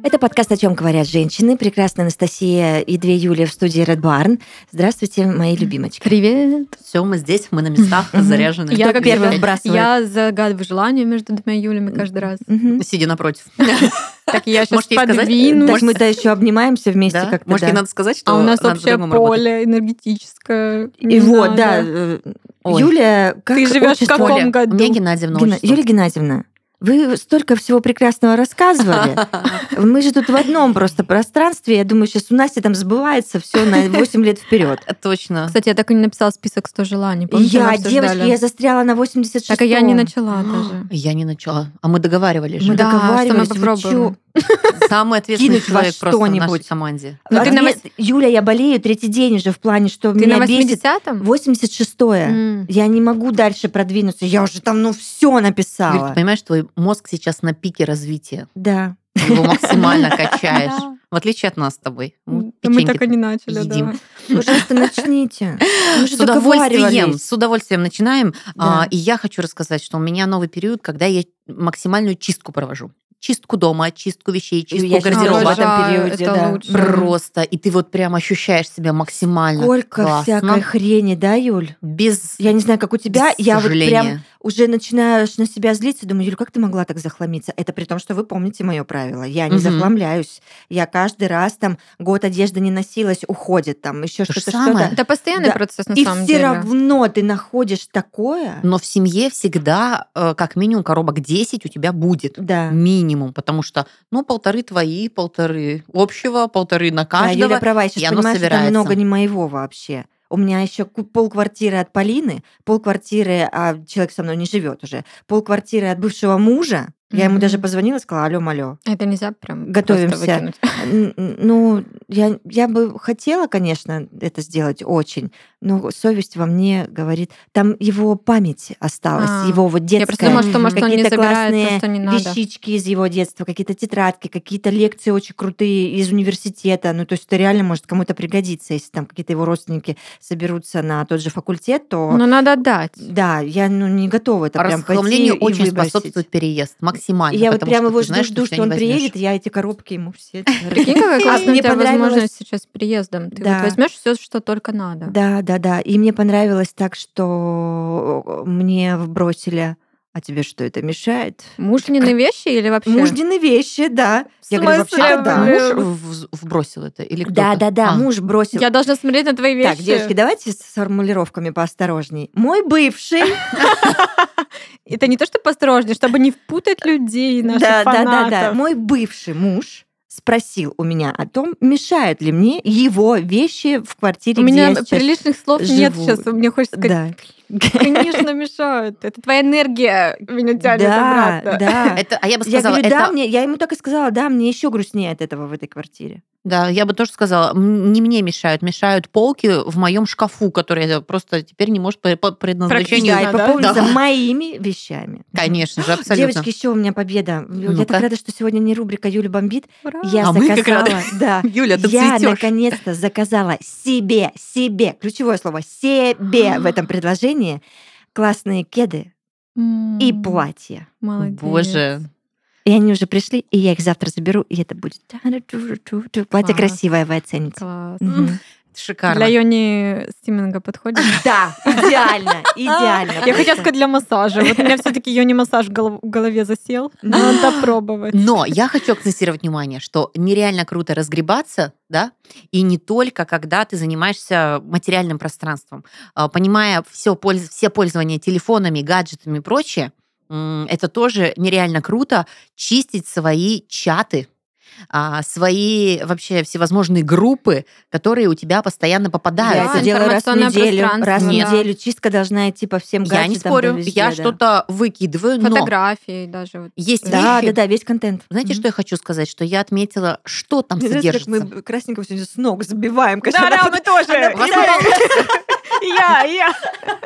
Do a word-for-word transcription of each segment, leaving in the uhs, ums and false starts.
Это подкаст «О чем говорят женщины». Прекрасная Анастасия и две Юли в студии Red Barn. Здравствуйте, мои любимочки. Привет. Все, мы здесь, мы на местах, заряжены. Я как первый вбрасываю. Я загадываю желание между двумя Юлями каждый раз. Сидя напротив. Так я сейчас Может, ей сказать? подвину. Так мы-то еще обнимаемся вместе Да? как-то. Может, да. ей надо сказать, что А у нас надо общее по-другому работать? поле энергетическое. И Не вот, надо. да. э, Ой. Юля, как Ты живешь в отчество? каком Оля, году? У меня Геннадьевна Гена- отчество. Юлия Геннадьевна, вы столько всего прекрасного рассказывали. Мы же тут в одном просто пространстве. Я думаю, сейчас у Насти там сбывается все на восемь лет вперед. Точно. Кстати, я так и не написала список сто желаний. Помните, мы Я, обсуждали? девочки, я застряла на восемьдесят шестом. Так и я не начала даже. Я не начала. А мы договаривались Мы же. Да, договаривались. что мы вы попробуем. чё? Самый ответственный Кинуть во человек просто в нашей что-нибудь. команде. Ну, ты на Ответ- Юля, я болею третий день уже в плане, что Ты меня на бесит. восьмидесятом? восемьдесят шестое. М. Я не могу дальше продвинуться. Я уже там, ну, все Юль, написала. ты понимаешь, твой мозг сейчас на пике развития. Да. Ты его максимально качаешь. Да. В отличие от нас с тобой. Мы Да мы печеньки так и не начали, едим. да. Пожалуйста, начните. Мы же С удовольствием, договаривались. с удовольствием начинаем. Да. А, и я хочу рассказать, что у меня новый период, когда я максимальную чистку провожу. Чистку дома, чистку вещей, чистку Я сейчас гардероба. в этом Обожаю, периоде, это да. лучше. Просто. И ты вот прям ощущаешь себя максимально Сколько классно. всякой хрени, да, Юль? Без, Я не знаю, как у тебя. без Я вот прям сожаления. уже начинаешь на себя злиться. Думаю, Юль, как ты могла так захламиться? Это при том, что вы помните мое правило. Я не Мгм. захламляюсь. Я каждый раз там год одежды не носилась, уходит там еще То же что-то, самое. что-то. Это постоянный Да. процесс, на И самом все деле. равно ты находишь такое. Но в семье всегда э, как минимум коробок десять у тебя будет. Да. Минимум. Потому что, ну, полторы твои, полторы общего, полторы на Да, каждого. Юля права, я сейчас и оно понимаю, что там собирается. много не моего вообще. У меня еще полквартиры от Полины, полквартиры, а человек со мной не живет уже, полквартиры от бывшего мужа. Я ему Мгм. даже позвонила и сказала: алло, малё. Это нельзя прям Готовимся. просто выкинуть. Н- н- Ну, я, я бы хотела, конечно, это сделать очень, но совесть во мне говорит, там его память осталась, А, его вот детская. Я просто думала, что, может, он не какие-то забирает то, классные что не надо. вещички из его детства, какие-то тетрадки, какие-то лекции очень крутые из университета. Ну, то есть это реально может кому-то пригодиться, если там какие-то его родственники соберутся на тот же факультет, то Но надо отдать. да, я ну, не готова это прям пойти Расхламлению и очень выбросить. способствует переезд. Максимально. И я вот потому прямо что его ты знаешь, жду, жду, всё что он не возьмёшь. приедет, я эти коробки ему все. Прикинь, какая классная у Мне тебя понравилось- возможность сейчас с приездом. Ты Да. вот возьмешь все, что только надо. Да, да, да. И мне понравилось так, что мне вбросили. А тебе что, это мешает? Мужнины вещи или вообще? Мужнины вещи, да. Я говорю, смысле, вообще А да. блин? муж в- вбросил это или кто-то? Да, да, да, А. муж бросил. Я должна смотреть на твои вещи. Так, девочки, давайте с формулировками поосторожней. Мой бывший. Это не то, что посторожнее, чтобы не впутать людей, наших Да, да, да, фанатов. да. Мой бывший муж спросил у меня о том, мешают ли мне его вещи в квартире, У где меня я сейчас приличных слов нет живу. сейчас. Мне хочется сказать, Да. конечно, мешают. Это твоя энергия меня тянет Да, обратно. да. Это, а я бы Я сказала, говорю, это... да, мне, я ему так и сказала, да, мне еще грустнее от этого в этой квартире. Да, я бы тоже сказала, м, не мне мешают, мешают полки в моем шкафу, которые просто теперь не может по по предназначению. Да, и да? пополнится Да. моими вещами. Конечно же, абсолютно. Девочки, еще у меня победа. Я Ну-ка. так рада, что сегодня не рубрика Юля бомбит. Ура. Я А мы как заказала, рады. да. Юля, ты Я цветешь. наконец-то заказала себе, себе, ключевое слово, себе в этом предложении классные кеды М, и платья. Молодец. Боже. И они уже пришли, и я их завтра заберу, и это будет... Платье Класс. красивое, вы оцените. Класс. Мгм. Шикарно. Для Йони стиминга подходит? Да, идеально, идеально. Я хотела просто. сказать для массажа. Вот у меня все-таки Йони массаж в голов- в голове засел. Надо попробовать. Но я хочу акцентировать внимание, что нереально круто разгребаться, да, и не только когда ты занимаешься материальным пространством. А, Понимая все, польз... все пользования телефонами, гаджетами и прочее, м, это тоже нереально круто чистить свои чаты, а, свои вообще всевозможные группы, которые у тебя постоянно Я попадаются. это делаю раз в информационное неделю. пространство, Раз в да. неделю чистка должна идти по всем гаджетам. Я не там спорю, везде, я да. что-то выкидываю, но Фотографии даже. вот. есть Да, вещи. да, да, весь контент. Знаете, Мгм. что я хочу сказать? Что я отметила, что там Мне нравится, как содержится. мы красненького сегодня с ног забиваем. конечно, Да, она да, вот- мы тоже. она Вас пытается- Я, я.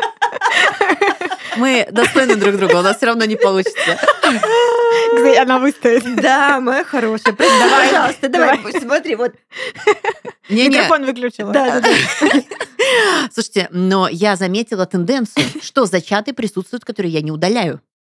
Мы достойны друг друга, у нас все равно не получится. Кстати, она выстоит. Да, моя хорошая. Давай, пожалуйста, давай, смотри, вот. Не-не. Микрофон выключила. Да, да, да. Слушайте, но я заметила тенденцию, что за чаты присутствуют, которые я не удаляю.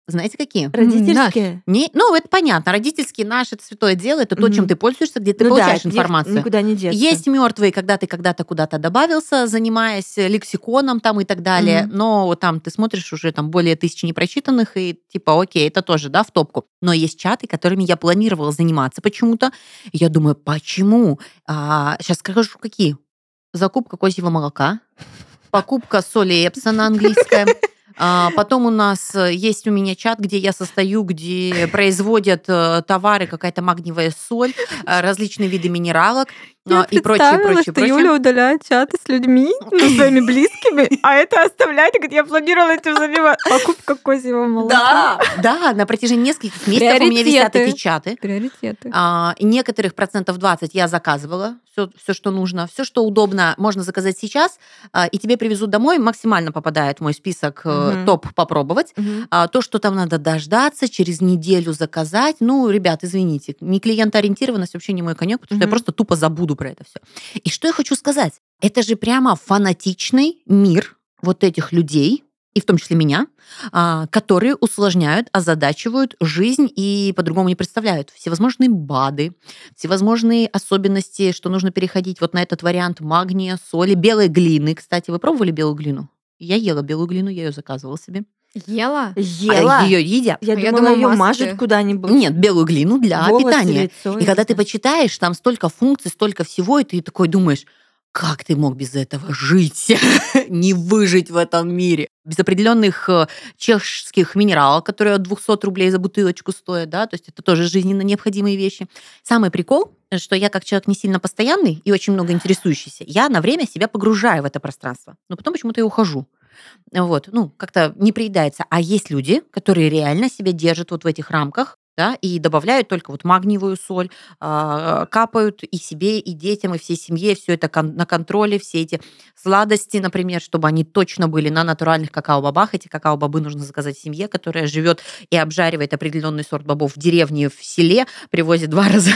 Знаете, какие? Родительские? Не, ну, это понятно. Родительские наши, это святое дело, это то, Мгм. чем ты пользуешься, где ты Ну да, получаешь от них информацию. никуда не деться. Есть мертвые, когда ты когда-то куда-то добавился, занимаясь лексиконом там и так далее, Мгм. но вот там ты смотришь уже там более тысячи непрочитанных, и типа, окей, это тоже, да, в топку. Но есть чаты, которыми я планировала заниматься почему-то. И я думаю, почему? А, сейчас скажу, какие. Закупка козьего молока, покупка соли Эпсона английская. А, потом у нас э, есть у меня чат, где я состою, где производят э, товары, какая-то магниевая соль, э, различные виды минералок Я э, и прочее, представила, прочее, что прочее. Юля удаляет чаты с людьми, ну, своими близкими, а это оставляет, и говорит, я планировала этим заниматься. Покупка козьего молока. Да, да, на протяжении нескольких месяцев у меня висят Приоритеты. эти чаты. Приоритеты. А, и некоторых процентов двадцать я заказывала, все, все, что нужно, все, что удобно, можно заказать сейчас, а, и тебе привезут домой, максимально попадает в мой список э, Мгм. топ попробовать. Мгм. А, то, что там надо дождаться, через неделю заказать, ну, ребят, извините, не клиентоориентированность вообще не мой конек, потому что я Мгм. просто тупо забуду про это все. И что я хочу сказать? Это же прямо фанатичный мир вот этих людей, и в том числе меня, а, которые усложняют, озадачивают жизнь и по-другому не представляют. Всевозможные БАДы, всевозможные особенности, что нужно переходить вот на этот вариант магния, соли, белой глины. Кстати, вы пробовали белую глину? Я ела белую глину, я ее заказывала себе. Ела? Ела? Ее едят. Я А я думала, думала, ее маски. мажут куда-нибудь. Нет, белую глину для Волосы, питания. лицо, И я когда не ты знаю. почитаешь, там столько функций, столько всего, и ты такой думаешь, как ты мог без этого жить, не выжить в этом мире? Без определенных э, чешских минералов, которые от двухсот рублей за бутылочку стоят, да, то есть это тоже жизненно необходимые вещи. Самый прикол, что я как человек не сильно постоянный и очень много интересующийся, я на время себя погружаю в это пространство, но потом почему-то я ухожу. Вот, ну, как-то не приедается. А есть люди, которые реально себя держат вот в этих рамках, да, и добавляют только вот магниевую соль, а, капают и себе, и детям, и всей семье, все это кон- на контроле, все эти сладости, например, чтобы они точно были на натуральных какао-бобах. Эти какао-бобы нужно заказать семье, которая живет и обжаривает определенный сорт бобов в деревне, в селе, привозит два раза.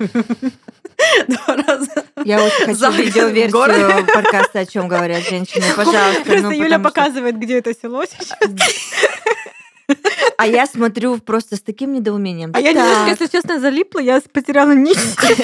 Два раза. Я очень хочу За город. видеоверсию подкаста «О чем говорят женщины». Пожалуйста. Просто ну, Юля потому что- показывает, где это село сейчас. А я смотрю просто с таким недоумением. А я Так. немножко, если честно, залипла, я потеряла нить.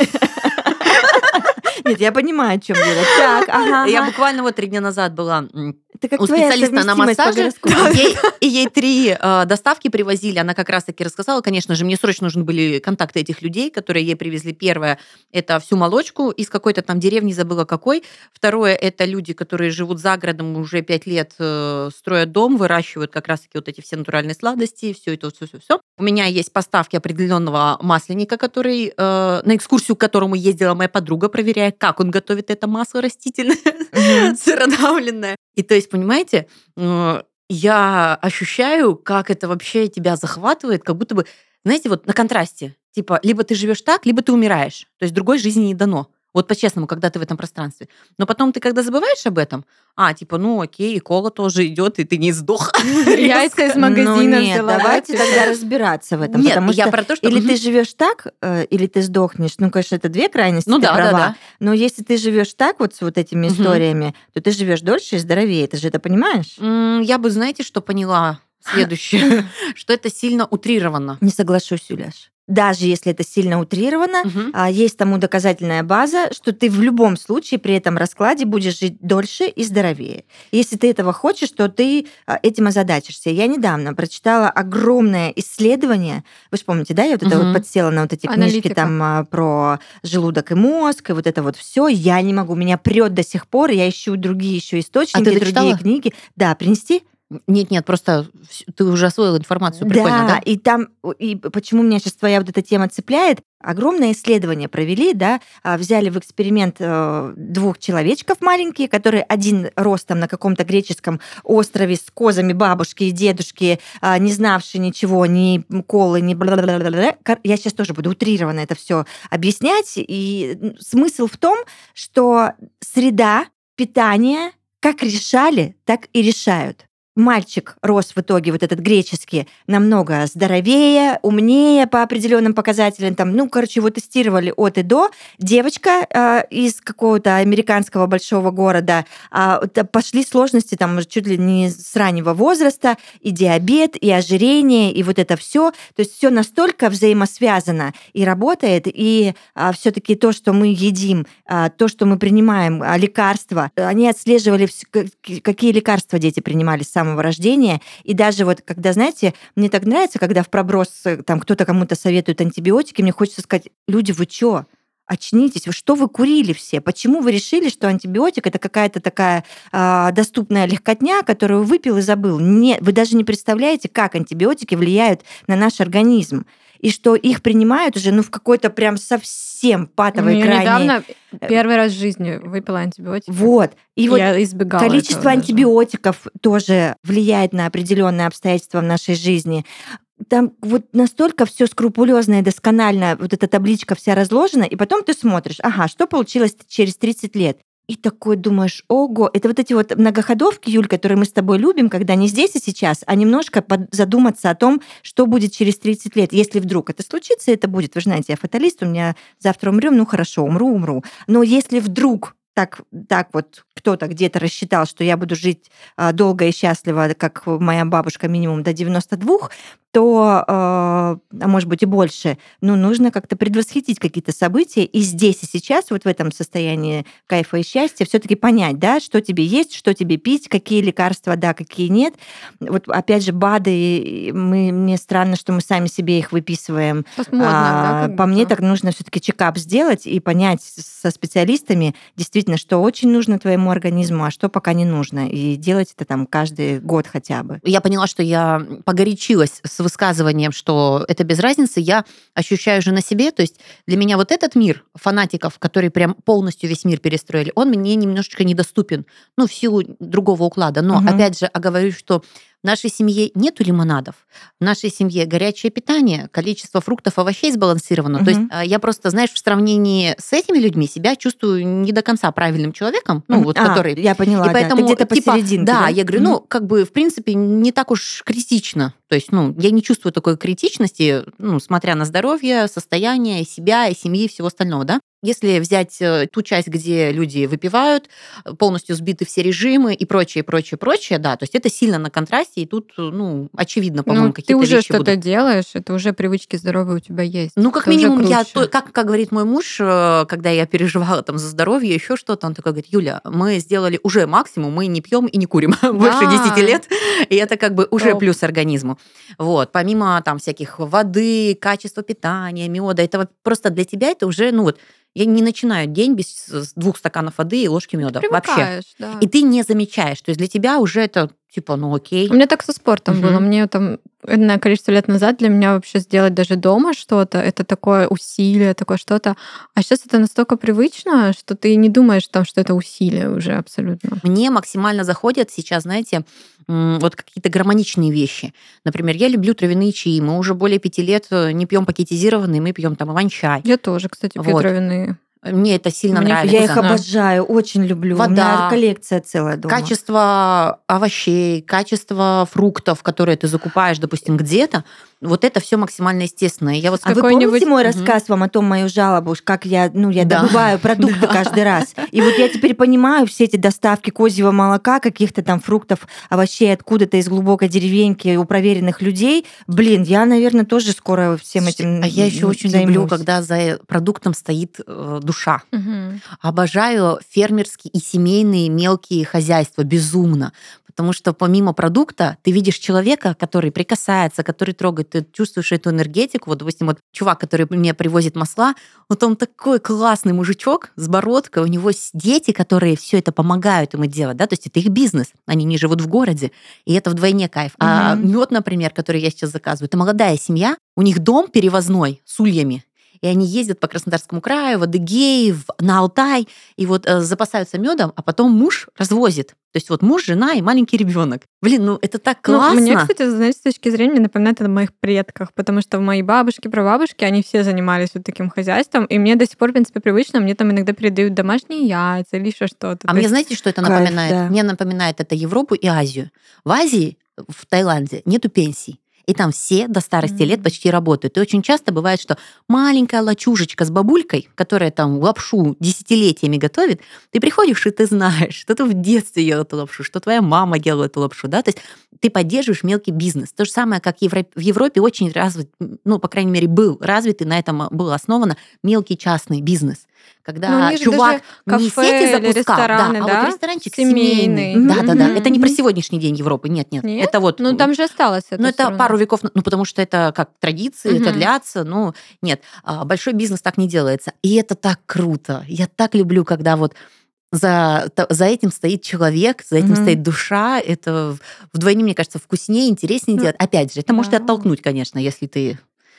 Нет, я понимаю, о чем дело. Так, ага. Я ага. буквально вот три дня назад была м, Это как у твоя специалиста на совместимость по массаже, гороскопу. и ей, и ей три э, доставки привозили. Она как раз-таки рассказала, конечно же, мне срочно нужны были контакты этих людей, которые ей привезли. Первое– это всю молочку из какой-то там деревни, забыла какой. Второе– это люди, которые живут за городом уже пять лет, э, строят дом, выращивают как раз-таки вот эти все натуральные сладости, все это, все-все-все. У меня есть поставки определенного масленника, который, э, на экскурсию к которому ездила моя подруга, проверяя, как он готовит это масло растительное, Мгм. сыродавленное. И то есть, понимаете, э, я ощущаю, как это вообще тебя захватывает, как будто бы, знаете, вот на контрасте. Типа, либо ты живешь так, либо ты умираешь. То есть другой жизни не дано. Вот по-честному, когда ты в этом пространстве. Но потом ты, когда забываешь об этом, а, типа, ну окей, и кола тоже идет, и ты не сдох. Яйца из Ну магазина нет, взяла. давайте да, тогда типа. разбираться в этом. Нет, потому я что про то, что... или Мгм. ты живешь так, э, или ты сдохнешь. Ну, конечно, это две крайности, Ну ты да, да, права. да. Но если ты живешь так, вот с вот этими Мгм. историями, то ты живешь дольше и здоровее. Ты же это понимаешь? М, Я бы, знаете, что поняла следующее, что это сильно утрировано. Не соглашусь, Юляш. Даже если это сильно утрировано, Мгм. а, есть тому доказательная база, что ты в любом случае при этом раскладе будешь жить дольше и здоровее. Если ты этого хочешь, то ты а, этим озадачишься. Я недавно прочитала огромное исследование. Вы же помните, да, я вот это Мгм. вот подсела на вот эти книжки Аналитика. там а, про желудок и мозг, и вот это вот все. Я не могу, меня прет до сих пор. Я ищу другие еще источники, А ты другие дочитала? книги. Да, принести? Нет, нет, просто вс- ты уже освоила информацию. Прикольно, да? и там, и почему меня сейчас твоя вот эта тема цепляет, огромное исследование провели, да, а, взяли в эксперимент э, двух человечков маленькие, которые один ростом на каком-то греческом острове с козами бабушки и дедушки, а, не знавшие ничего, ни колы, ни бла-бла-бла-бла. Кор- Я сейчас тоже буду утрированно это все объяснять. И м, смысл в том, что среда, питание как решали, так и решают. мальчик рос в итоге, вот этот греческий, намного здоровее, умнее по определенным показателям. Там, ну, короче, его тестировали от и до. Девочка э, из какого-то американского большого города, э, пошли сложности там чуть ли не с раннего возраста, и диабет, и ожирение, и вот это все. То есть все настолько взаимосвязано и работает, и э, все-таки то, что мы едим, э, то, что мы принимаем, э, лекарства, они отслеживали, какие лекарства дети принимали с самого рождения. И даже вот, когда, знаете, мне так нравится, когда в проброс там кто-то кому-то советует антибиотики, мне хочется сказать, люди, вы чё? Очнитесь, вы что вы курили все? Почему вы решили, что антибиотик это какая-то такая э, доступная легкотня, которую выпил и забыл? Нет, вы даже не представляете, как антибиотики влияют на наш организм. И что их принимают уже ну, в какой-то прям совсем патовой Я крайней... недавно первый раз в жизни выпила антибиотики. Вот. И вот я избегала количество антибиотиков даже. Тоже влияет на определенные обстоятельства в нашей жизни. Там вот настолько все скрупулезно и досконально, вот эта табличка вся разложена, и потом ты смотришь, ага, что получилось через тридцать лет. И такой думаешь, ого, это вот эти вот многоходовки, Юль, которые мы с тобой любим, когда не здесь и сейчас, а немножко задуматься о том, что будет через тридцать лет. Если вдруг это случится, это будет. Вы же знаете, я фаталист, у меня завтра умрем, ну хорошо, умру, умру. Но если вдруг так, так вот кто-то где-то рассчитал, что я буду жить долго и счастливо, как моя бабушка, минимум до девяноста двух, то, а может быть и больше, ну, нужно как-то предвосхитить какие-то события и здесь и сейчас, вот в этом состоянии кайфа и счастья, все-таки понять, да, что тебе есть, что тебе пить, какие лекарства, да, какие нет. Вот опять же, БАДы, мы, мне странно, что мы сами себе их выписываем. Модно, а, да, по мне так нужно все-таки чекап сделать и понять со специалистами действительно, что очень нужно твоему организму, а что пока не нужно. И делать это там каждый год хотя бы. Я поняла, что я погорячилась с высказыванием, что это без разницы, я ощущаю же на себе, то есть для меня вот этот мир фанатиков, которые прям полностью весь мир перестроили, он мне немножечко недоступен, ну, в силу другого уклада. Но, угу. опять же, оговорю, что в нашей семье нету лимонадов, в нашей семье горячее питание, количество фруктов, овощей сбалансировано. Угу. То есть я просто, знаешь, в сравнении с этими людьми себя чувствую не до конца правильным человеком, ну, вот, а, который... Я поняла, и поэтому, да. Ты где-то типа, посерединке. Да, да, я говорю, угу. ну, как бы, в принципе, не так уж критично. То есть, ну, я не чувствую такой критичности, ну, смотря на здоровье, состояние себя и семьи и всего остального, да. Если взять ту часть, где люди выпивают, полностью сбиты все режимы и прочее, прочее, прочее, да, то есть это сильно на контрасте, и тут, ну, очевидно, по-моему, ну, какие-то вещи ты уже что-то будут. делаешь, это уже привычки здоровые у тебя есть. Ну, как это минимум, я, то, как, как говорит мой муж, когда я переживала там за здоровье, еще что-то, он такой говорит, Юля, мы сделали уже максимум, мы не пьем и не курим да. больше десяти лет, и это как бы уже Топ. Плюс организму. Вот, помимо там всяких воды, качества питания, меда, это просто для тебя это уже, ну вот, я не начинаю день без двух стаканов воды и ложки меда. Вообще. Да. И ты не замечаешь. То есть для тебя уже это типа, ну окей. У меня так со спортом угу. было. Мне там энное количество лет назад для меня вообще сделать даже дома что-то, это такое усилие, такое что-то. А сейчас это настолько привычно, что ты не думаешь там, что это усилие уже абсолютно. Мне максимально заходят сейчас, знаете, вот какие-то гармоничные вещи. Например, я люблю травяные чаи. Мы уже более пяти лет не пьем пакетизированные, мы пьем там иван-чай. Я тоже, кстати, пью вот. травяные. Мне это сильно Мне нравится. Я их обожаю, очень люблю. Вода, у меня коллекция целая дома. Качество овощей, качество фруктов, которые ты закупаешь, допустим, где-то, вот это все максимально естественное. Я вот а вы помните мой угу. рассказ вам о том, мою жалобу, как я, ну, я да. добываю продукты каждый раз? И вот я теперь понимаю все эти доставки козьего молока, каких-то там фруктов, овощей откуда-то из глубокой деревеньки у проверенных людей. Блин, я, наверное, тоже скоро всем этим А я еще очень займусь. люблю, когда за продуктом стоит душа. Угу. Обожаю фермерские и семейные мелкие хозяйства безумно. Потому что помимо продукта ты видишь человека, который прикасается, который трогает, ты чувствуешь эту энергетику. Вот, допустим, вот чувак, который мне привозит масла, вот он такой классный мужичок с бородкой, у него дети, которые все это помогают ему делать, да, то есть это их бизнес, они не живут в городе, и это вдвойне кайф. Mm-hmm. А мед, например, который я сейчас заказываю, это молодая семья, у них дом перевозной с ульями, и они ездят по Краснодарскому краю, в Адыгею, в- на Алтай, и вот э, запасаются медом, а потом муж развозит. То есть вот муж, жена и маленький ребенок. Блин, ну это так Ну, классно. мне, кстати, знаете, с точки зрения мне напоминает это о моих предках, потому что мои бабушки, прабабушки, они все занимались вот таким хозяйством, и мне до сих пор, в принципе, привычно, мне там иногда передают домашние яйца или еще что-то. А То мне есть- знаете, что это Кайф, напоминает? да. Мне напоминает это Европу и Азию. В Азии, в Таиланде, нету пенсий. И там все до старости Мгм. лет почти работают. И очень часто бывает, что маленькая лачужечка с бабулькой, которая там лапшу десятилетиями готовит, ты приходишь, и ты знаешь, что ты в детстве ел эту лапшу, что твоя мама делала эту лапшу, да, то есть ты поддерживаешь мелкий бизнес. То же самое, как Евро- в Европе очень развит, ну, по крайней мере, был развит, и на этом был основан мелкий частный бизнес. Ну, у Когда них же чувак даже не кафе сети или запускал, рестораны, да, а да, вот ресторанчик семейный. семейный. Да-да-да, Мгм. это не Мгм. про сегодняшний день Европы, нет-нет. Нет? Это вот... Ну, там же осталось это Ну, всё это равно. пару веков, ну, потому что это как традиции, это Мгм. длятся, ну, нет, а, большой бизнес так не делается. И это так круто. Я так люблю, когда вот за, та- за этим стоит человек, за этим Мгм. стоит душа. Это вдвойне, мне кажется, вкуснее, интереснее Ну, делать. Опять же, это может и да. оттолкнуть, конечно, если ты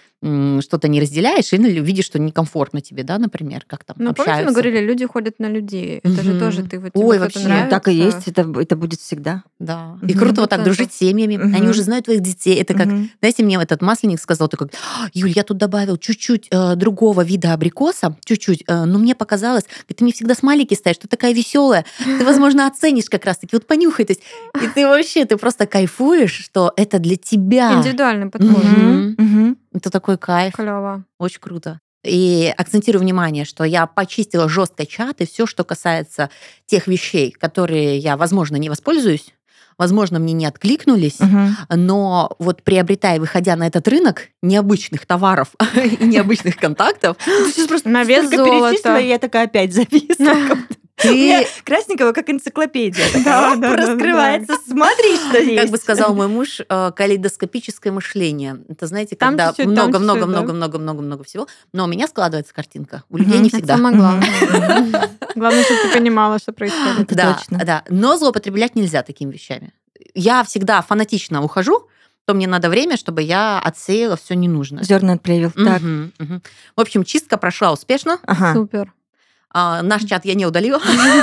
м, что-то не разделяешь или видишь, что некомфортно тебе, да, например, как там Ну, помните, общаются. мы говорили, люди ходят на людей. Это же Мгм. тоже ты, вот тебе Ой, кто-то вообще. нравится. Так и есть, это, это будет всегда. Да. И Мгм. круто вот так Процентов. дружить с семьями. Они Мгм. уже знают твоих детей. Это как, Мгм. знаете, мне этот масленник сказал такой: «А, Юль, я тут добавил чуть-чуть э, другого вида абрикоса, чуть-чуть, э, но мне показалось, говорит, ты мне всегда смайлики ставишь, ты такая веселая, ты, возможно, оценишь как раз-таки, вот понюхай, то есть, и ты вообще, ты просто кайфуешь, что это для тебя. Индивидуальный подход. Мгм. Мгм. Мгм. Это такой кайф. Клево. Очень круто. И акцентирую внимание, что я почистила жестко чат, и все, что касается тех вещей, которые я, возможно, не воспользуюсь, возможно, мне не откликнулись, Мгм. но вот приобретая, выходя на этот рынок необычных товаров и необычных контактов, Ты сейчас просто На вес столько перечислила, золота. и я такая опять зависла. У меня ты, Красненького как энциклопедия. Да, Такая, да, оп, да, раскрывается. Смотри, что есть. как бы сказал мой муж, э, калейдоскопическое мышление. Это, знаете, Там когда чуть-чуть, там чуть-чуть, да. много-много-много-много-много всего, но у меня складывается картинка. У людей Мгм. не Это всегда. самое главное. Мгм. Главное, чтобы ты понимала, что происходит. Это да, точно. да. Но злоупотреблять нельзя такими вещами. Я всегда фанатично ухожу, то мне надо время, чтобы я отсеяла все ненужное. Зерна отплевел. Так. Мгм, мгм. В общем, чистка прошла успешно. Ага. Супер. А, наш чат я не удалила.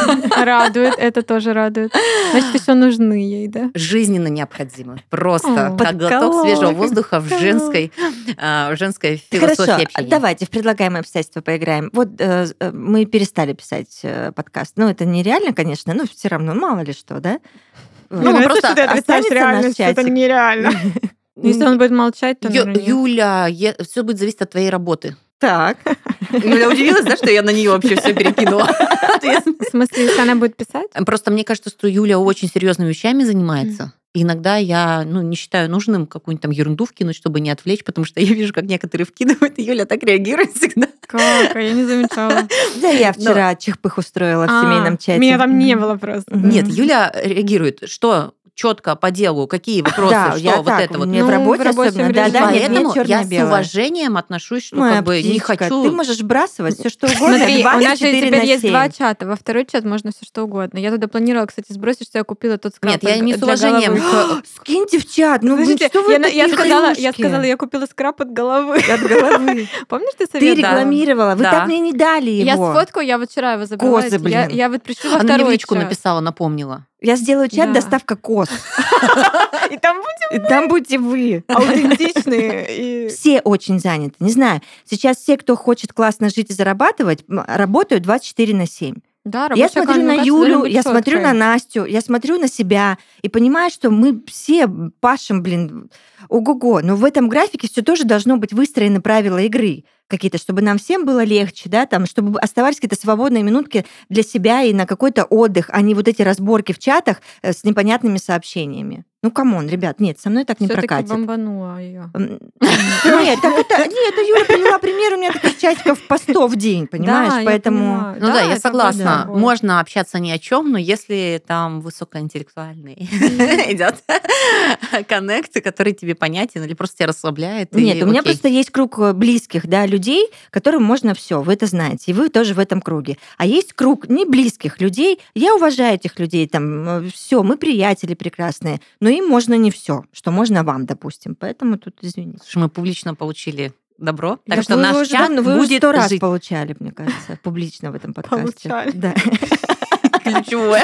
Радует, это тоже радует. Значит, еще нужны ей, да? Жизненно необходимо. Просто О, как глоток подколола, свежего как воздуха в подколола. женской, а, в женской философии Хорошо, общения. давайте в предлагаемые обстоятельства поиграем. Вот э, э, мы перестали писать э, подкаст. Ну, это нереально, конечно, но все равно, мало ли что, да? Ну, Вот. мы просто что ты отрицаешь останется наш реальность, это чатик. нереально. Если он будет молчать, то, Ю- наверное, нет. Юля, все будет зависеть от твоей работы. Так. Юля удивилась, да, что я на нее вообще все перекинула? В смысле, если она будет писать? Просто мне кажется, что Юля очень серьезными вещами занимается. И иногда я ну, не считаю нужным какую-нибудь там ерунду вкинуть, чтобы не отвлечь, потому что я вижу, как некоторые вкидывают, и Юля так реагирует всегда. Как? А я не замечала. Да, я вчера чихпых устроила в А, семейном чате. Меня там не Мгм. было просто. Мгм. Нет, Юля реагирует, что четко по делу, какие вопросы, Да, что я вот так, это вот. мне в Ну, в работе рабочем особенно. Да, режиме. да, нет, Поэтому нет, я черное с белое. уважением отношусь, что Моя как бы не птичка, хочу... ты можешь бросать все что угодно. Смотри, у нас же двадцать четыре теперь на есть два семь. чата. Во второй чат можно все что угодно. Я туда планировала, кстати, сбросить, что я купила тот скраб Нет, я от- не с для уважением головы. к... Скиньте в чат. Ну, блин, Слушайте, что вы я, на- я такие сказала, я хрюшки? сказала, я купила скраб от головы. От головы. Помнишь, ты Ты совет дала? рекламировала. Вы Да. так мне не дали Я его. сфоткаю, я вот вчера его забрала. Козы, Я, блин. я вот пришла во Она мне в второй личку чат. написала, напомнила. Я сделаю чат Да. доставка коз. И там будем И там будете вы. аутентичные. и- Все очень заняты. Не знаю. Сейчас все, кто хочет классно жить и зарабатывать, м, работают двадцать четыре на семь. Да, Я рабочая смотрю камера, на мне кажется, должна Юлю, быть я смотрю чёткая. на Настю, я смотрю на себя и понимаю, что мы все пашем, блин, ого-го. Но в этом графике все тоже должно быть выстроены правила игры какие-то, чтобы нам всем было легче, да, там, чтобы оставались какие-то свободные минутки для себя и на какой-то отдых, а не вот эти разборки в чатах э, с непонятными сообщениями. Ну, камон, ребят, нет, со мной так не Всё-таки прокатит. бомбанула ее. М, Нет, так это, нет, это Юля привела пример, у меня таких часиков по сто в день, понимаешь, поэтому... Ну да, я это согласна. будет Можно общаться ни о чем, но если там высокоинтеллектуальный идет коннект, который тебе понятен или просто тебя расслабляет. и Нет, у меня окей. просто есть круг э, близких, да, людей, которым можно все, вы это знаете, и вы тоже в этом круге. А есть круг не близких людей, я уважаю этих людей, там, все, мы приятели прекрасные, но им можно не все, что можно вам, допустим, поэтому тут извините. Слушай, мы публично получили добро. Так Так что вы наш уже чат давно- вы уже будет сто раз жить. получали, мне кажется, публично в этом подкасте. Получали. Да. Ключевое.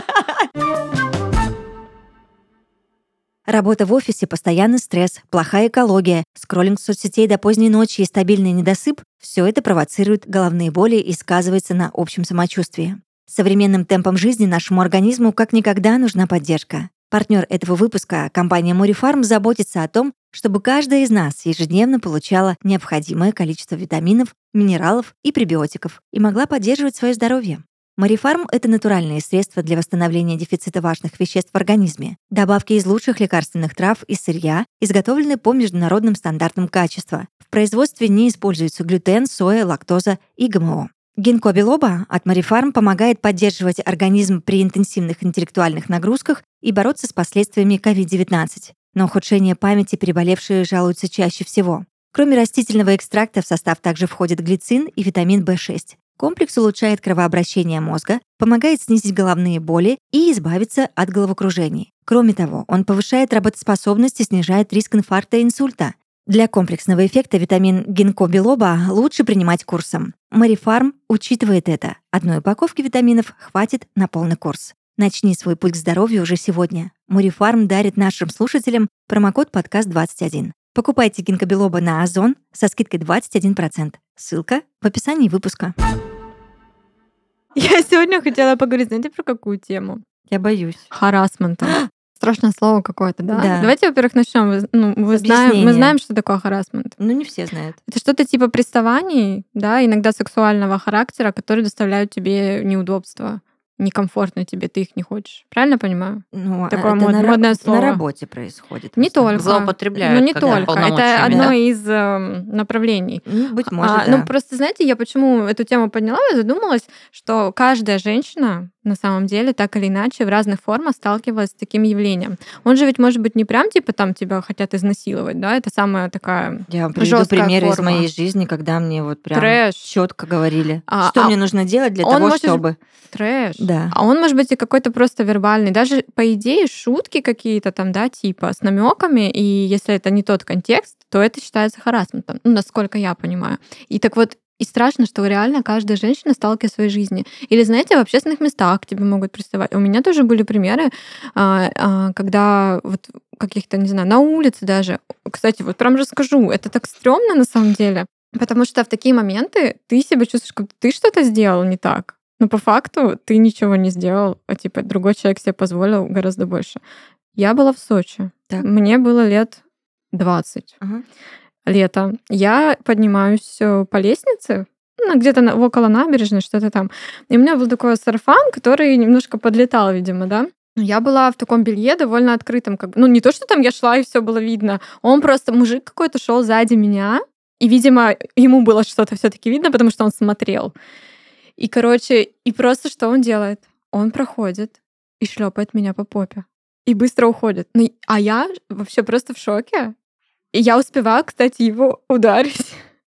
Работа в офисе, постоянный стресс, плохая экология, скроллинг соцсетей до поздней ночи и стабильный недосып — все это провоцирует головные боли и сказывается на общем самочувствии. Современным темпом жизни нашему организму как никогда нужна поддержка. Партнер этого выпуска, компания Морифарм, заботится о том, чтобы каждая из нас ежедневно получала необходимое количество витаминов, минералов и пребиотиков и могла поддерживать свое здоровье. Морифарм — это натуральные средства для восстановления дефицита важных веществ в организме. Добавки из лучших лекарственных трав и сырья изготовлены по международным стандартам качества. В производстве не используются глютен, соя, лактоза и ГМО. Гинко билоба от Морифарм помогает поддерживать организм при интенсивных интеллектуальных нагрузках и бороться с последствиями ковид девятнадцать. На ухудшение памяти переболевшие жалуются чаще всего. Кроме растительного экстракта в состав также входит глицин и витамин бэ шесть. Комплекс улучшает кровообращение мозга, помогает снизить головные боли и избавиться от головокружений. Кроме того, он повышает работоспособность и снижает риск инфаркта и инсульта. Для комплексного эффекта витамин гинко билоба лучше принимать курсом. Морифарм учитывает это. Одной упаковки витаминов хватит на полный курс. Начни свой путь к здоровью уже сегодня. Морифарм дарит нашим слушателям промокод подкаст двадцать один. Покупайте гинко билоба на Озон со скидкой двадцать один процент. Ссылка в описании выпуска. Я сегодня хотела поговорить, знаете, про какую тему? Я боюсь. Харассмента. Страшное слово какое-то, да? Да. Давайте, во-первых, начнем. Вы- Ну, вы С знаем, мы объяснения. знаем, что такое харассмент. Ну, не все знают. Это что-то типа приставаний, да, иногда сексуального характера, которые доставляют тебе неудобства, некомфортно тебе, ты их не хочешь. Правильно понимаю? Ну, Такое это мод- на, ра- модное на слово. работе происходит. в Не основном. только. Злоупотребляют, Ну, не когда только. полномочиями, Это одно да? из эм, направлений. Ну, быть может, А, да. Ну, просто, знаете, я почему эту тему подняла, я задумалась, что каждая женщина на самом деле так или иначе в разных формах сталкивалась с таким явлением. Он же ведь может быть не прям типа там тебя хотят изнасиловать, да, это самая такая Я вам приведу жесткая примеры из форма. моей жизни, когда мне вот прям Трэш. четко говорили, А, что а мне нужно делать для он того, может- чтобы... Трэш. Да. А он может быть и какой-то просто вербальный. Даже по идее шутки какие-то там, да, типа с намеками, и если это не тот контекст, то это считается харассментом, ну, насколько я понимаю. И так вот, и страшно, что реально каждая женщина сталкивается в своей жизни. Или, знаете, в общественных местах к тебе могут приставать. У меня тоже были примеры, а, а, когда вот каких-то, не знаю, на улице даже. Кстати, вот прям расскажу, это так стрёмно на самом деле, потому что в такие моменты ты себя чувствуешь, как будто ты что-то сделал не так. Но по факту ты ничего не сделал, а типа другой человек себе позволил гораздо больше. Я была в Сочи. Так. Мне было лет двадцать. Ага. Лето. Я поднимаюсь э, по лестнице, ну, где-то на- около набережной, что-то там. И у меня был такой сарафан, который немножко подлетал, видимо, да. Я была в таком белье довольно открытом. Как бы. Ну, не то, что там я шла, и все было видно. Он просто, мужик какой-то шел сзади меня. И, видимо, ему было что-то все-таки видно, потому что он смотрел. И, короче, и просто что он делает? Он проходит и шлепает меня по попе. И быстро уходит. Ну, и- а я вообще просто в шоке. И я успеваю, кстати, его ударить.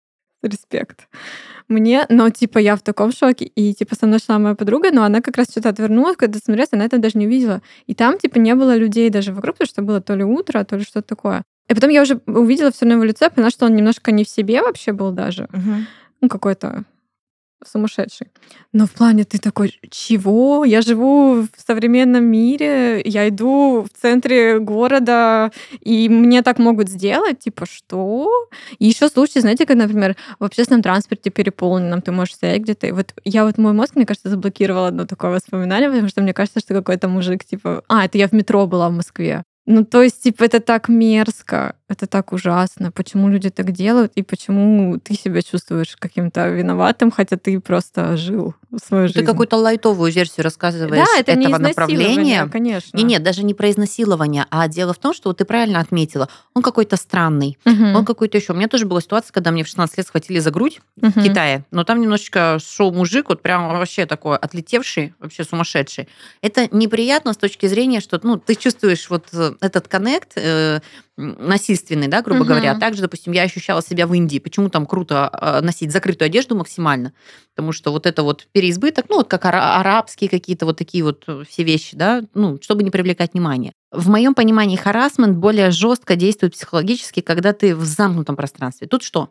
Респект. Мне, но, типа, я в таком шоке. И, типа, со мной шла моя подруга, но она как раз что-то отвернулась, когда смотрелась, она это даже не увидела. И там, типа, не было людей даже вокруг, потому что было то ли утро, то ли что-то такое. И потом я уже увидела все на его лице, поняла, что он немножко не в себе вообще был даже. Мгм. Ну, какой-то сумасшедший. Но в плане ты такой, чего? Я живу в современном мире, я иду в центре города, и мне так могут сделать? Типа, что? И еще случаи, знаете, когда, например, в общественном транспорте переполненном ты можешь стоять где-то. И вот я вот мой мозг, мне кажется, заблокировал одно такое воспоминание, потому что мне кажется, что какой-то мужик, типа... А, это я в метро была в Москве. Ну, то есть, типа, это так мерзко, это так ужасно. Почему люди так делают, и почему ты себя чувствуешь каким-то виноватым, хотя ты просто жил свою жизнь. Ты какую-то лайтовую версию рассказываешь Да, это не этого изнасилование, направления. конечно. Не, нет, даже не про изнасилование, а дело в том, что вот ты правильно отметила, он какой-то странный, Мгм. он какой-то еще. У меня тоже была ситуация, когда мне в шестнадцать лет схватили за грудь Мгм. в Китае, но там немножечко шел мужик, вот прям вообще такой отлетевший, вообще сумасшедший. Это неприятно с точки зрения, что ну, ты чувствуешь вот э, этот коннект э, насильственный, да, грубо Мгм. говоря. А также, допустим, я ощущала себя в Индии. Почему там круто э, носить закрытую одежду максимально? Потому что вот это вот переизбыток, ну, вот как ара- арабские какие-то вот такие вот э, все вещи, да, ну, чтобы не привлекать внимание. В моем понимании харассмент более жестко действует психологически, когда ты в замкнутом пространстве. Тут что?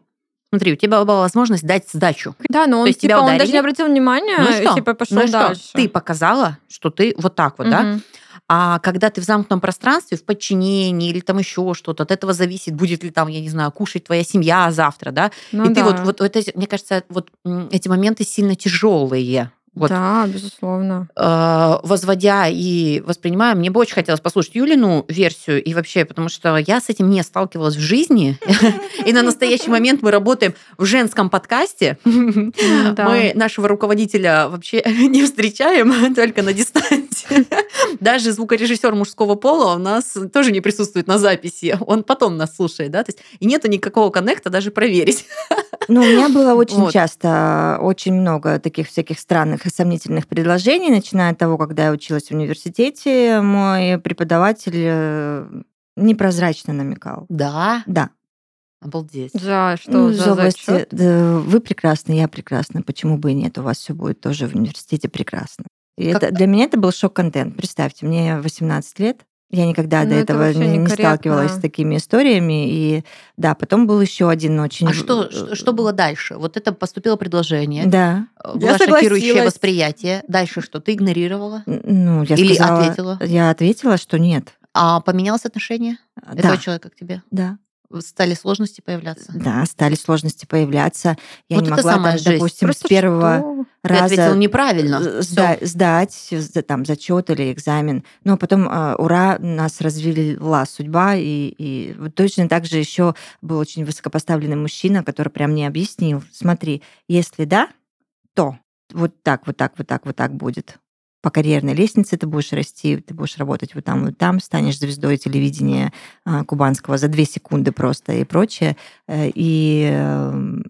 Смотри, у тебя была возможность дать сдачу. Да, но он, есть тебя типа, он даже ударили? не обратил внимания, Ну и что? и, типа, пошел Ну и что? дальше. Ты показала, что ты вот так вот, да? Мгм. А когда ты в замкнутом пространстве, в подчинении или там еще что-то, от этого зависит, будет ли там, я не знаю, кушать твоя семья завтра, да? Ну И ты да. вот, вот, вот эти, мне кажется, вот м, эти моменты сильно тяжелые. Вот, Да, безусловно. э, возводя и воспринимая, мне бы очень хотелось послушать Юлину версию и вообще, потому что я с этим не сталкивалась в жизни, и на настоящий момент мы работаем в женском подкасте, Ну да. мы нашего руководителя вообще не встречаем, только на дистанции. Даже звукорежиссер мужского пола у нас тоже не присутствует на записи, он потом нас слушает, да, то есть и нету никакого коннекта даже проверить. Ну, у меня было очень Вот. часто, очень много таких всяких странных и сомнительных предложений, начиная от того, когда я училась в университете, мой преподаватель э, непрозрачно намекал. Да, Да. обалдеть. За что? Ну, из За области, зачет? да, вы прекрасны, я прекрасна, почему бы и нет, у вас все будет тоже в университете прекрасно. И Как- это, для меня это был шок-контент. Представьте, мне восемнадцать лет, я никогда Ну, до это этого вообще не, не некорректно. сталкивалась с такими историями. И да, потом был еще один очень... А что, что, что было дальше? Вот это поступило предложение, Да. было Я шокирующее согласилась. восприятие. Дальше что? Ты игнорировала? Ну, я Или сказала... ответила? Я ответила, что нет. А поменялось отношение Да, этого человека к тебе? да. Стали сложности появляться? Да, стали сложности появляться. Я Вот не это могла, самая там, жесть. допустим, Просто с первого что? Ты ответила раза неправильно. э, Всё. сда- сдать за- там зачет или экзамен. Но потом, а, ура, нас развела судьба. И, и вот точно так же еще был очень высокопоставленный мужчина, который прям мне объяснил: смотри, если да, то вот так, вот так, вот так, вот так будет. По карьерной лестнице ты будешь расти, ты будешь работать вот там, вот там, станешь звездой телевидения а, кубанского за две секунды просто и прочее. Э, И э,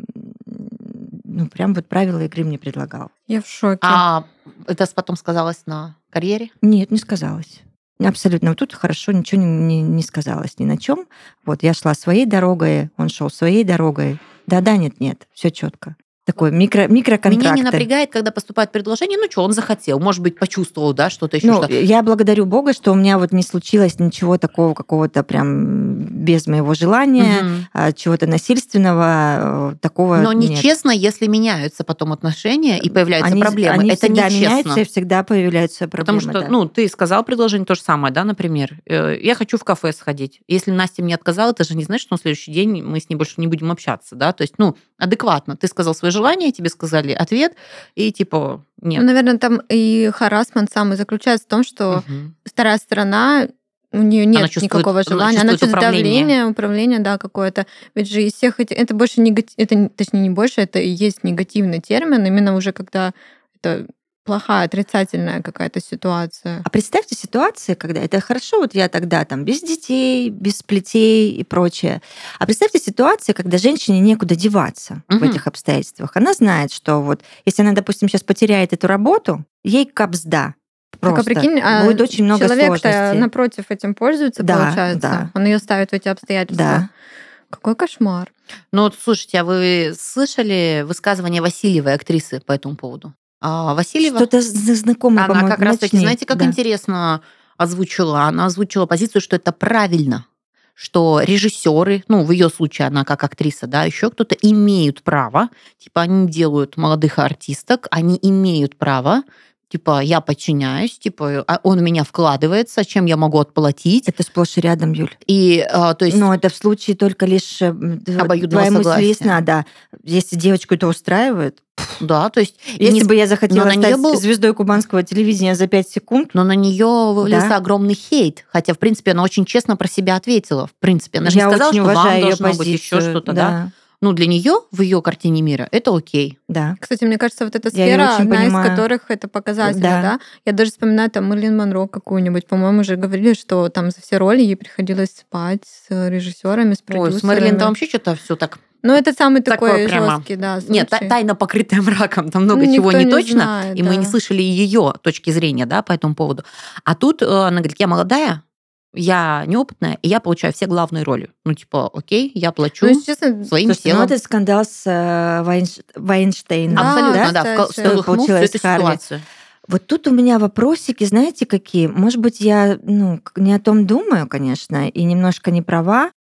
ну, прям вот правила игры мне предлагал. Я в шоке. А это потом сказалось на карьере? Нет, не сказалось. Абсолютно. Вот тут хорошо, ничего не, не, не сказалось ни на чем. Вот я шла своей дорогой, он шел своей дорогой. Да-да, нет-нет, все четко. Такой микро, микроконтракты. Меня не напрягает, когда поступает предложение, ну что, он захотел, может быть, почувствовал, да, что-то еще. Ну, что я благодарю Бога, что у меня вот не случилось ничего такого какого-то прям без моего желания, Мгм. а, чего-то насильственного, э, такого Но нет. нечестно, если меняются потом отношения и появляются Они, проблемы. они Это всегда нечестно. меняются и всегда появляются проблемы. Потому что, да. ну, ты сказал предложение то же самое, да, например. э, Я хочу в кафе сходить. Если Настя мне отказала, это же не значит, что на следующий день мы с ней больше не будем общаться, да. То есть, ну, адекватно. Ты сказал свое желание, тебе сказали ответ, и типа нет. Ну, наверное, там и харассмент самый заключается в том, что Мгм. вторая сторона, у нее нет Она чувствует- никакого она желания, она чувствует чувствует управление. давление, управление, да, какое-то. Ведь же из всех этих, это больше негатив, это не- точнее не больше, это и есть негативный термин, именно уже когда это плохая, отрицательная какая-то ситуация. А представьте ситуации, когда это хорошо, вот я тогда там без детей, без плетей и прочее. А представьте ситуации, когда женщине некуда деваться в Мгм. этих обстоятельствах. Она знает, что вот если она, допустим, сейчас потеряет эту работу, ей капсда. Так, Просто а прикинь, а будет очень много человек-то сложностей. напротив этим пользуется, Да, получается. да. Он ее ставит в эти обстоятельства. Да. Какой кошмар. Ну вот, слушайте, а вы слышали высказывание Васильевой, актрисы, по этому поводу? А Васильева, Что-то з- знакомое, она по-моему, как раз таки, начни. знаете, как Да. интересно озвучила? Она озвучила позицию, что это правильно, что режиссеры, ну, в ее случае она как актриса, да, еще кто-то имеют право, типа они делают молодых артисток, они имеют право, типа я подчиняюсь, типа а он в меня вкладывается, чем я могу отплатить. Это сплошь и рядом, Юль. И, а, то есть, Но это в случае только лишь э, д- Обоюдного твоя мысль согласия. ясна, да. Если девочку это устраивает, да, то есть... если не- бы я захотела на неё стать был- звездой кубанского телевидения за пять секунд, Но на нее вывалился Да. огромный хейт. Хотя, в принципе, она очень честно про себя ответила. В принципе, она же я не сказала, очень что вам уважаю ее должно быть еще позицию. что-то, да? да. Ну, для нее, в ее картине мира, это окей. Да. Кстати, мне кажется, вот эта Я её сфера, очень одна понимаю. из которых это показатель, Да. да. Я даже вспоминаю там Мэрилин Монро какую-нибудь. По-моему, уже говорили, что там за все роли ей приходилось спать с режиссерами, с Ой, продюсерами. с Мэрилин там вообще что-то все так... Ну, это самый Такое такой прямо- жесткий, да, Нет, та- случай. тайна, покрытая мраком, там много Ну, чего никто не не точно, знает, и мы да. не слышали ее точки зрения, да, по этому поводу. А тут э, она говорит, я молодая, я неопытная, и я получаю все главные роли. Ну, типа, окей, я плачу Ну, если честно, своим Слушайте, ну телом. это скандал с э, Вайнш- Вайнштейном. Да, Абсолютно, да, кстати. вкол- всколыхнул всю Получилось эту с Харви. ситуацию. Вот тут у меня вопросики, знаете, какие? Может быть, я ну, к- не о том думаю, конечно, и немножко не права,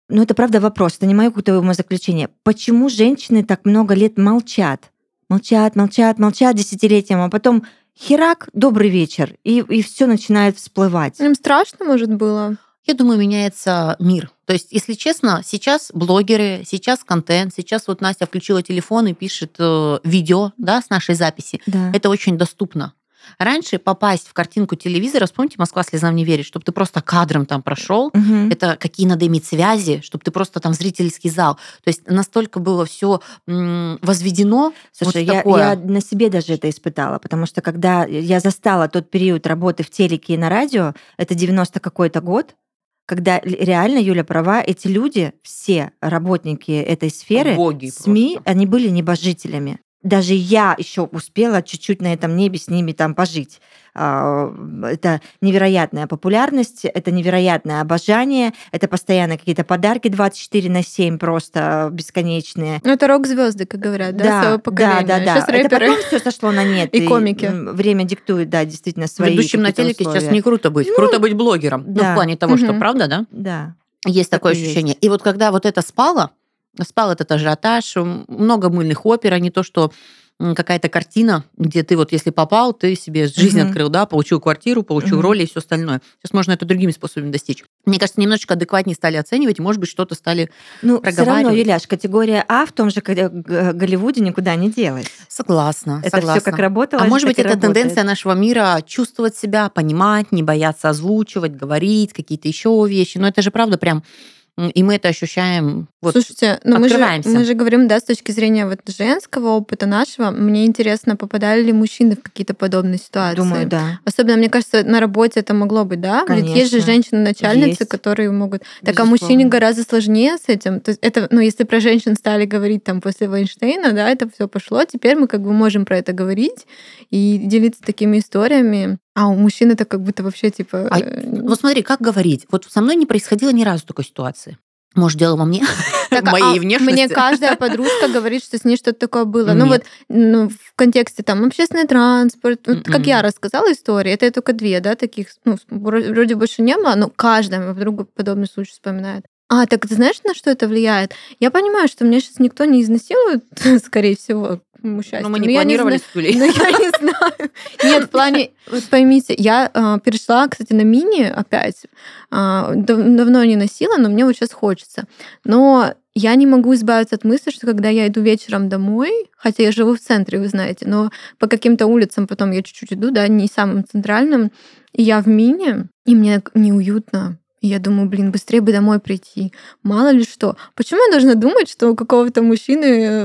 Ну, это правда вопрос, это не мое какое-то умозаключение. Почему женщины так много лет молчат? Молчат, молчат, молчат десятилетиям, а потом херак, добрый вечер, и, и все начинает всплывать. Им страшно, может, было? Я думаю, меняется мир. То есть, если честно, сейчас блогеры, сейчас контент, сейчас вот Настя включила телефон и пишет э, видео, да, с нашей записи. Да. Это очень доступно. Раньше попасть в картинку телевизора, вспомните «Москва слезам не верит», чтобы ты просто кадром там прошел, Угу. это какие надо иметь связи, чтобы ты просто там в зрительский зал. То есть настолько было все возведено. Слушай, вот я, такое. я на себе даже это испытала, потому что когда я застала тот период работы в телеке и на радио, это девяностый какой-то год, когда реально, Юля права, эти люди, все работники этой сферы, Боги СМИ, просто. они были небожителями. Даже я еще успела чуть-чуть на этом небе с ними там пожить. А, Это невероятная популярность, это невероятное обожание, это постоянно какие-то подарки двадцать четыре на семь просто бесконечные. Ну, это рок-звезды, как говорят, да, своего Да, поколения. да, да, да. Сейчас Это рэперы. потом все сошло на нет. И комики. м, Время диктует, да, действительно, свои Ведущим на какие-то телеке сейчас условия. не круто быть. Ну, круто быть блогером. Ну, да. в плане того, что Мгм. правда, да? Да. Есть Так такое и есть. ощущение. И вот когда вот это спало, спал этот ажиотаж, м, много мыльных опер, а не то, что м, какая-то картина, где ты вот если попал, ты себе жизнь Мгм. открыл, да, получил квартиру, получил Мгм. роли и все остальное. Сейчас можно это другими способами достичь. Мне кажется, немножечко адекватнее стали оценивать, и, может быть, что-то стали Ну, все равно, проговаривать. Юляш, категория А в том же г- г- Голливуде никуда не делась. Согласна, Это согласна. все как работало, А может быть, так и это работает. тенденция нашего мира чувствовать себя, понимать, не бояться озвучивать, говорить какие-то еще вещи. Но это же правда прям, м, и мы это ощущаем. Вот, Слушайте, ну мы же, открываемся. мы же говорим, да, с точки зрения вот женского опыта нашего. Мне интересно, попадали ли мужчины в какие-то подобные ситуации? Думаю, да. Особенно, мне кажется, на работе это могло быть, да? Ведь есть же Конечно. женщины-начальницы, Есть. которые могут... Так, а Безусловно. мужчине гораздо сложнее с этим. То есть это, ну, если про женщин стали говорить там после Вайнштейна, да, это все пошло, теперь мы как бы можем про это говорить и делиться такими историями. А у мужчин это как будто вообще типа... А, э, вот смотри, как говорить. Вот со мной не происходило ни разу такой ситуации. Может, дело во мне, Так, в моей а внешности. Мне каждая подружка говорит, что с ней что-то такое было. Ну Нет. вот ну, в контексте там общественный транспорт, вот как Мгм. я рассказала истории, это только две, да, таких, ну, вро- вроде больше не было, но каждая моя подруга подобный случай вспоминает. А, так ты знаешь, на что это влияет? Я понимаю, что меня сейчас никто не изнасилует, скорее всего, к моему счастью. Но мы не но я планировали знаю- с Юлей. Ну, я не знаю. Нет, в плане, вот поймите, я а, перешла, кстати, на мини опять. А, дав- давно не носила, но мне вот сейчас хочется. Но я не могу избавиться от мысли, что когда я иду вечером домой, хотя я живу в центре, вы знаете, но по каким-то улицам потом я чуть-чуть иду, да, не самым центральным, и я в мини, и мне неуютно. И я думаю, блин, быстрее бы домой прийти. Мало ли что. Почему я должна думать, что у какого-то мужчины,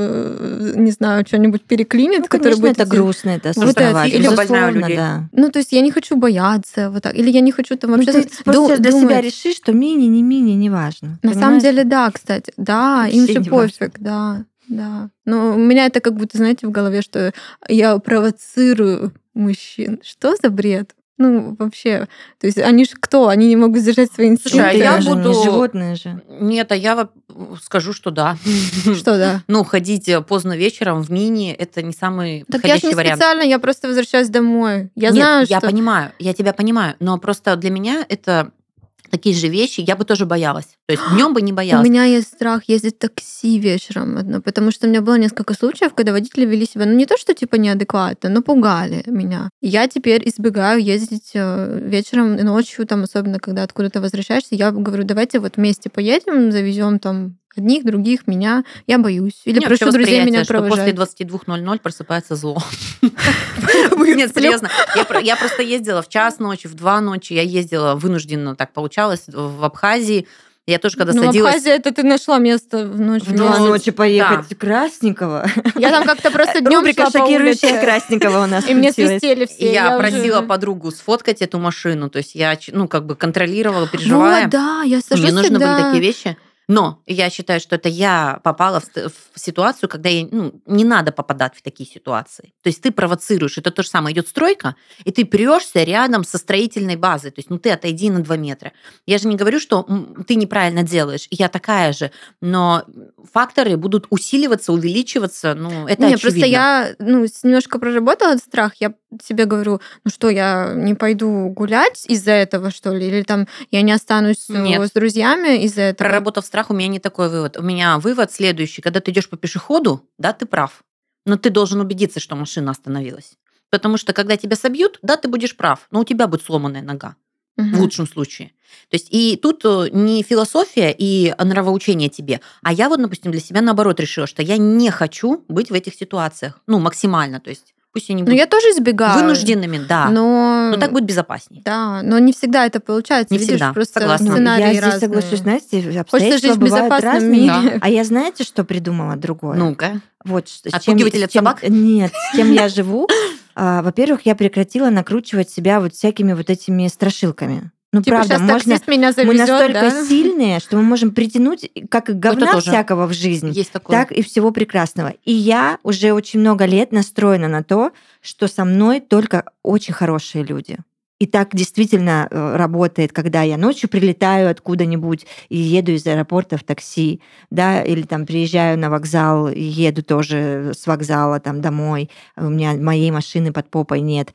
э, не знаю, что-нибудь переклинит, Ну, который конечно, будет... это идти? грустно, это Вот это, осознавать. или больная у Безусловно, людей. да. Ну, то есть я не хочу бояться, вот так. Или я не хочу там Ну, вообще... ты просто ду- сейчас для себя думать. решишь, что мини, не мини, неважно. На самом понимаешь? деле, да, кстати. Да, Вообще им же не важно. пофиг, да, да. Но у меня это как будто, знаете, в голове, что я провоцирую мужчин. Что за бред? Ну, вообще. То есть они же кто? Они не могут сдержать свои инстинкты. Слушай, а Ты я же буду- не животное же. Нет, а я вот скажу, что да. Что, да? Ну, ходить поздно вечером в мини – это не самый Так я же подходящий не вариант. специально, я просто возвращаюсь домой. Я Нет, знаю, я что... понимаю, я тебя понимаю, но просто для меня это такие же вещи, я бы тоже боялась. То есть днем бы не У боялась. меня есть страх ездить в такси вечером одно, потому что у меня было несколько случаев, когда водители вели себя, ну не то, что типа неадекватно, но пугали меня. Я теперь избегаю ездить э, вечером и ночью, там, особенно когда откуда-то возвращаешься. Я говорю, давайте вот вместе поедем, завезем там одних, других, меня. Я боюсь. Или Нет, прошу вообще друзей восприятие, меня что после провожать. двадцати двух ноль ноль просыпается зло. Нет, серьезно. Я, про- я просто ездила в час ночи, в два ночи. Я ездила вынужденно, так получалось, в Абхазии. Я тоже, когда Ну, садилась... Абхазия, это ты нашла место в ночь. В В два Ну, ночи поехать в Красниково. Я там как-то просто днем Рубрика шла по «Шокирующая улице, Красникова» у нас и мне включилась. свистели все. Я, уже- просила подругу сфоткать эту машину. То есть я, ну, как бы контролировала, переживая. Вот, да, я сажусь Мне нужны всегда... были такие вещи. Но я считаю, что это я попала в, ст- в ситуацию, когда я, ну, не надо попадать в такие ситуации. То есть ты провоцируешь. Это то же самое. Идет стройка, и ты прешься рядом со строительной базой. То есть ну, ты отойди на два метра. Я же не говорю, что м, ты неправильно делаешь. Я такая же. Но факторы будут усиливаться, увеличиваться. Ну, это Не, очевидно. просто я ну, с- немножко проработала этот страх. Я себе говорю, ну что, я не пойду гулять из-за этого, что ли? Или там я не останусь Нет. с друзьями из-за этого? Проработав страх, у меня не такой вывод. У меня вывод следующий. Когда ты идешь по пешеходу, да, ты прав. Но ты должен убедиться, что машина остановилась. Потому что когда тебя собьют, да, ты будешь прав, но у тебя будет сломанная нога. Мгм. В лучшем случае. То есть и тут э, не философия и нравоучение тебе, а я вот, допустим, для себя наоборот решила, что я не хочу быть в этих ситуациях. Ну, максимально. То есть пусть они Ну, будут я тоже избегаю. вынужденными, да. Но... Но так будет безопасней. Да, но не всегда это получается. Не Видишь, всегда, просто согласна. сценарии Я здесь разные. соглашусь, знаете, Хочется обстоятельства жить в бывают безопасном разные. мире. А я знаете, что придумала другое? Ну-ка. Вот, с чем- Отпугиватель с от чем- собак? Нет, с чем я живу. А, Во-первых, я прекратила накручивать себя вот всякими вот этими страшилками. Ну, Типа, правда, сейчас можно... таксист меня Мы завезет, настолько да? сильные, что мы можем притянуть как и говна тоже. всякого в жизнь, Есть такое. так и всего прекрасного. И я уже очень много лет настроена на то, что со мной только очень хорошие люди. И так действительно э, работает, когда я ночью прилетаю откуда-нибудь и еду из аэропорта в такси, да, или там приезжаю на вокзал и еду тоже с вокзала там домой. У меня моей машины под попой нет.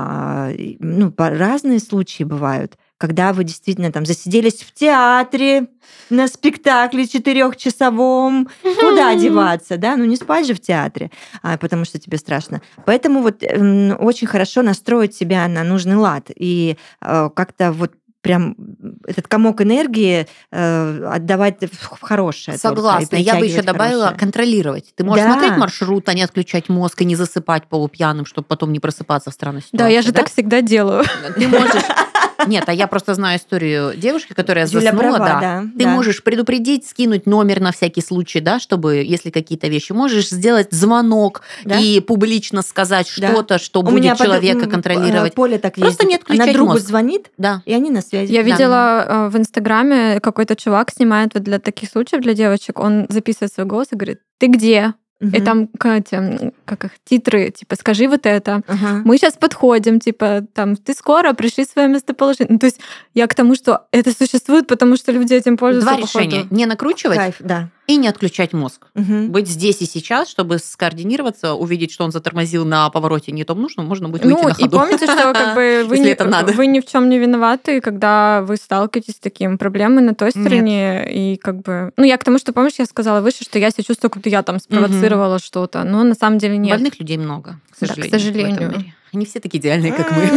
А, и, ну, по- разные случаи бывают, когда вы действительно там засиделись в театре на спектакле четырехчасовом, куда деваться, да? Ну не спать же в театре, а, потому что тебе страшно. Поэтому вот м, очень хорошо настроить себя на нужный лад и э, как-то вот прям этот комок энергии э, отдавать в хорошее. только, и Согласна. Я бы еще притягивать добавила хорошее. контролировать. Ты можешь Да. смотреть маршрут, а не отключать мозг и не засыпать полупьяным, чтобы потом не просыпаться в странной ситуации. Да, я же так всегда делаю. Ты можешь... Нет, а я просто знаю историю девушки, которая Юля заснула, права, да. да, Ты да. можешь предупредить, скинуть номер на всякий случай, да, чтобы, если какие-то вещи, можешь сделать звонок Да. и публично сказать Да. что-то, что У меня будет под- человека м, контролировать. э, Поля так Просто ездит. не отключать Она другу мозг. звонит, Да. и они на связи. Я Да. видела э, в Инстаграме, какой-то чувак снимает вот для таких случаев, для девочек, он записывает свой голос и говорит, ты где? Мгм. И там как, эти, как их, титры, типа, скажи вот это. Ага. Мы сейчас подходим, типа, там, ты скоро, пришли в свое местоположение. Ну, то есть я к тому, что это существует, потому что люди этим пользуются. Два походу. решения. Не накручивать Кайф, да. и не отключать мозг. Мгм. Быть здесь и сейчас, чтобы скоординироваться, увидеть, что он затормозил на повороте не том нужном, можно будет выйти Ну, на и ходу. помните, что как бы вы, Если не, это надо. вы ни в чем не виноваты, когда вы сталкиваетесь с таким проблемой на той стороне. И как бы. Ну, я к тому, что помнишь, я сказала выше, что я себя чувствую, как будто я там спровоцировала что-то. Но на самом деле нет. Больных людей много, к Да, к сожалению. в этом сожалению. мире. Они все такие идеальные, как мы.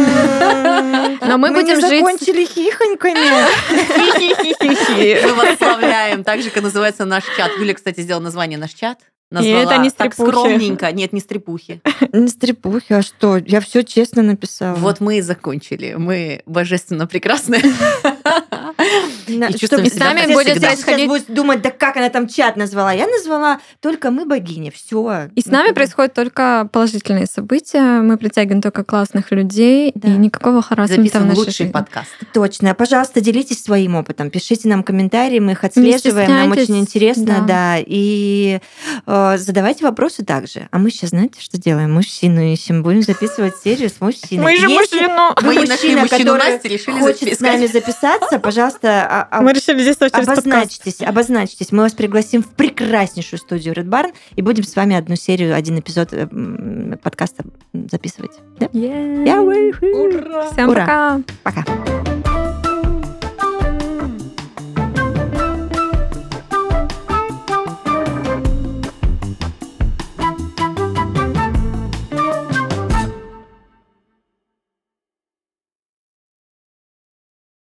Но мы будем не жить- закончили хихоньками. Мы вас славляем. Так же, как называется наш чат. Юля, кстати, сделала название «Наш чат». Назвала это не так стрепухи. скромненько. Нет, не стрепухи. Не стрепухи, а что? Я все честно написала. Вот мы и закончили. Мы божественно прекрасные. На- И чтоб- чувствуем И с нами Все- будет все сейчас происходить- будут думать, да как она там чат назвала? Я назвала только мы богини. Все. И с нами происходят только положительные события. Мы притягиваем только классных людей. Да. И никакого харассмента в Записываем нашей лучший жизни. подкаст. Точно. Пожалуйста, делитесь своим опытом. Пишите нам комментарии, мы их отслеживаем. Нам стесняйтесь, очень интересно, да. да. И э, задавайте вопросы также. А мы сейчас, знаете, что делаем? Мужчину ищем. Будем записывать серию с мужчиной. Мы же Если мужчину. вы Мы не нашли мужчина, мужчину который Насти, решили хочет записать. с нами записаться, пожалуйста, а- а- Мы решили здесь через подкаст. обозначьтесь, обозначьтесь. Мы вас пригласим в прекраснейшую студию Red Barn и будем с вами одну серию, один эпизод э, м, подкаста записывать. Да? Yeah. Я- Всем Ура. пока. Пока.